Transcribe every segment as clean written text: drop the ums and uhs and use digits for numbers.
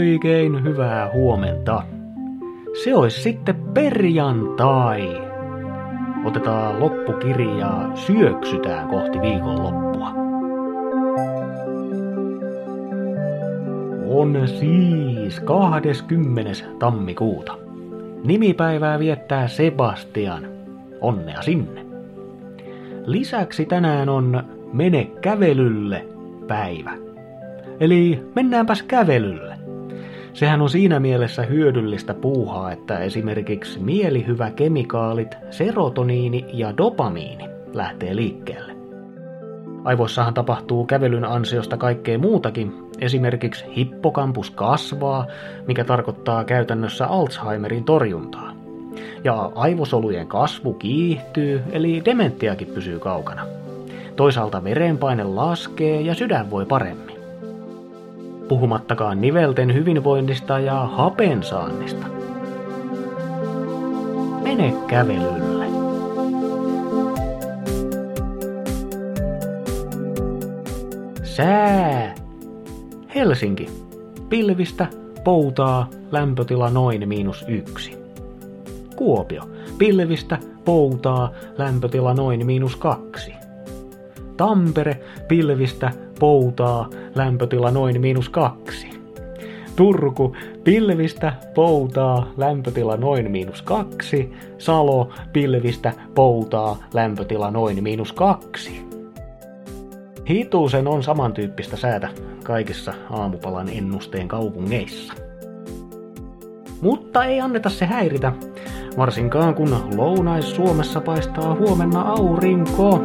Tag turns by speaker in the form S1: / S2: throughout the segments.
S1: Oikein hyvää huomenta. Se olisi sitten perjantai. Otetaan loppukirjaa, syöksytään kohti viikonloppua. On siis 20. tammikuuta. Nimipäivää viettää Sebastian. Onnea sinne. Lisäksi tänään on Mene kävelylle päivä. Eli mennäänpäs kävelylle. Sehän on siinä mielessä hyödyllistä puuhaa, että esimerkiksi mielihyväkemikaalit, serotoniini ja dopamiini lähtee liikkeelle. Aivoissahan tapahtuu kävelyn ansiosta kaikkea muutakin. Esimerkiksi hippocampus kasvaa, mikä tarkoittaa käytännössä Alzheimerin torjuntaa. Ja aivosolujen kasvu kiihtyy, eli dementiakin pysyy kaukana. Toisaalta verenpaine laskee ja sydän voi paremmin. Puhumattakaan nivelten hyvinvoinnista ja hapensaannista. Mene kävelylle. Sää. Helsinki. Pilvistä, poutaa, lämpötila noin -1. Kuopio. Pilvistä, poutaa, lämpötila noin -2. Tampere. Pilvistä, poutaa, lämpötila noin -2. Turku. Pilvistä, poutaa, lämpötila noin -2. Salo. Pilvistä, poutaa, lämpötila noin -2. Hitusen on samantyyppistä säätä kaikissa aamupalan ennusteen kaupungeissa. Mutta ei anneta se häiritä, varsinkaan kun Lounais-Suomessa paistaa huomenna aurinko.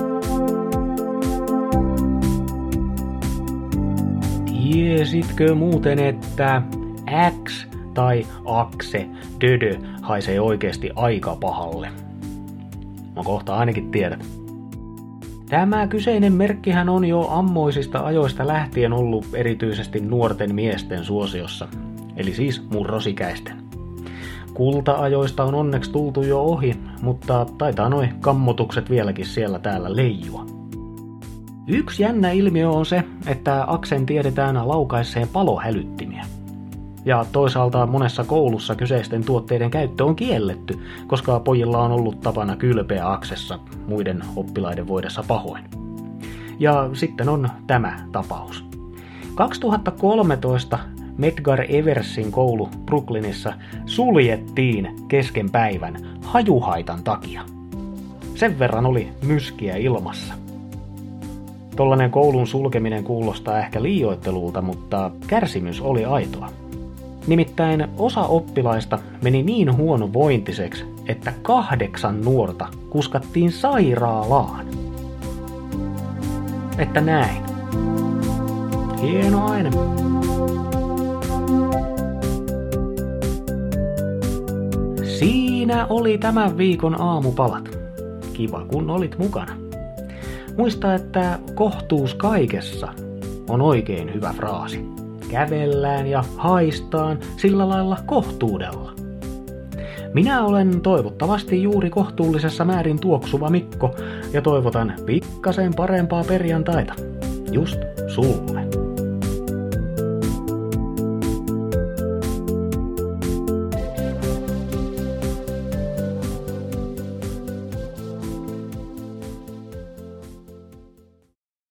S1: Tiesitkö muuten, että X tai Axe Dödö haisee oikeesti aika pahalle? No kohta ainakin tiedät. Tämä kyseinen merkkihän on jo ammoisista ajoista lähtien ollut erityisesti nuorten miesten suosiossa, eli siis murrosikäisten. Kulta-ajoista on onneksi tultu jo ohi, mutta taitaa noi kammotukset vieläkin siellä täällä leijua. Yksi jännä ilmiö on se, että Aksen tiedetään laukaisseen palohälyttimiä. Ja toisaalta monessa koulussa kyseisten tuotteiden käyttö on kielletty, koska pojilla on ollut tapana kylpeä Aksessa muiden oppilaiden voidessa pahoin. Ja sitten on tämä tapaus. 2013 Medgar Eversin koulu Brooklynissa suljettiin kesken päivän hajuhaitan takia. Sen verran oli myskiä ilmassa. Tollainen koulun sulkeminen kuulostaa ehkä liioittelulta, mutta kärsimys oli aitoa. Nimittäin osa oppilaista meni niin huonovointiseksi, että 8 nuorta kuskattiin sairaalaan. Että näin. Hieno aine. Siinä oli tämän viikon aamupalat. Kiva kun olit mukana. Muista, että kohtuus kaikessa on oikein hyvä fraasi. Kävellään ja haistaan sillä lailla kohtuudella. Minä olen toivottavasti juuri kohtuullisessa määrin tuoksuva Mikko ja toivotan pikkasen parempaa perjantaita. Just sulle.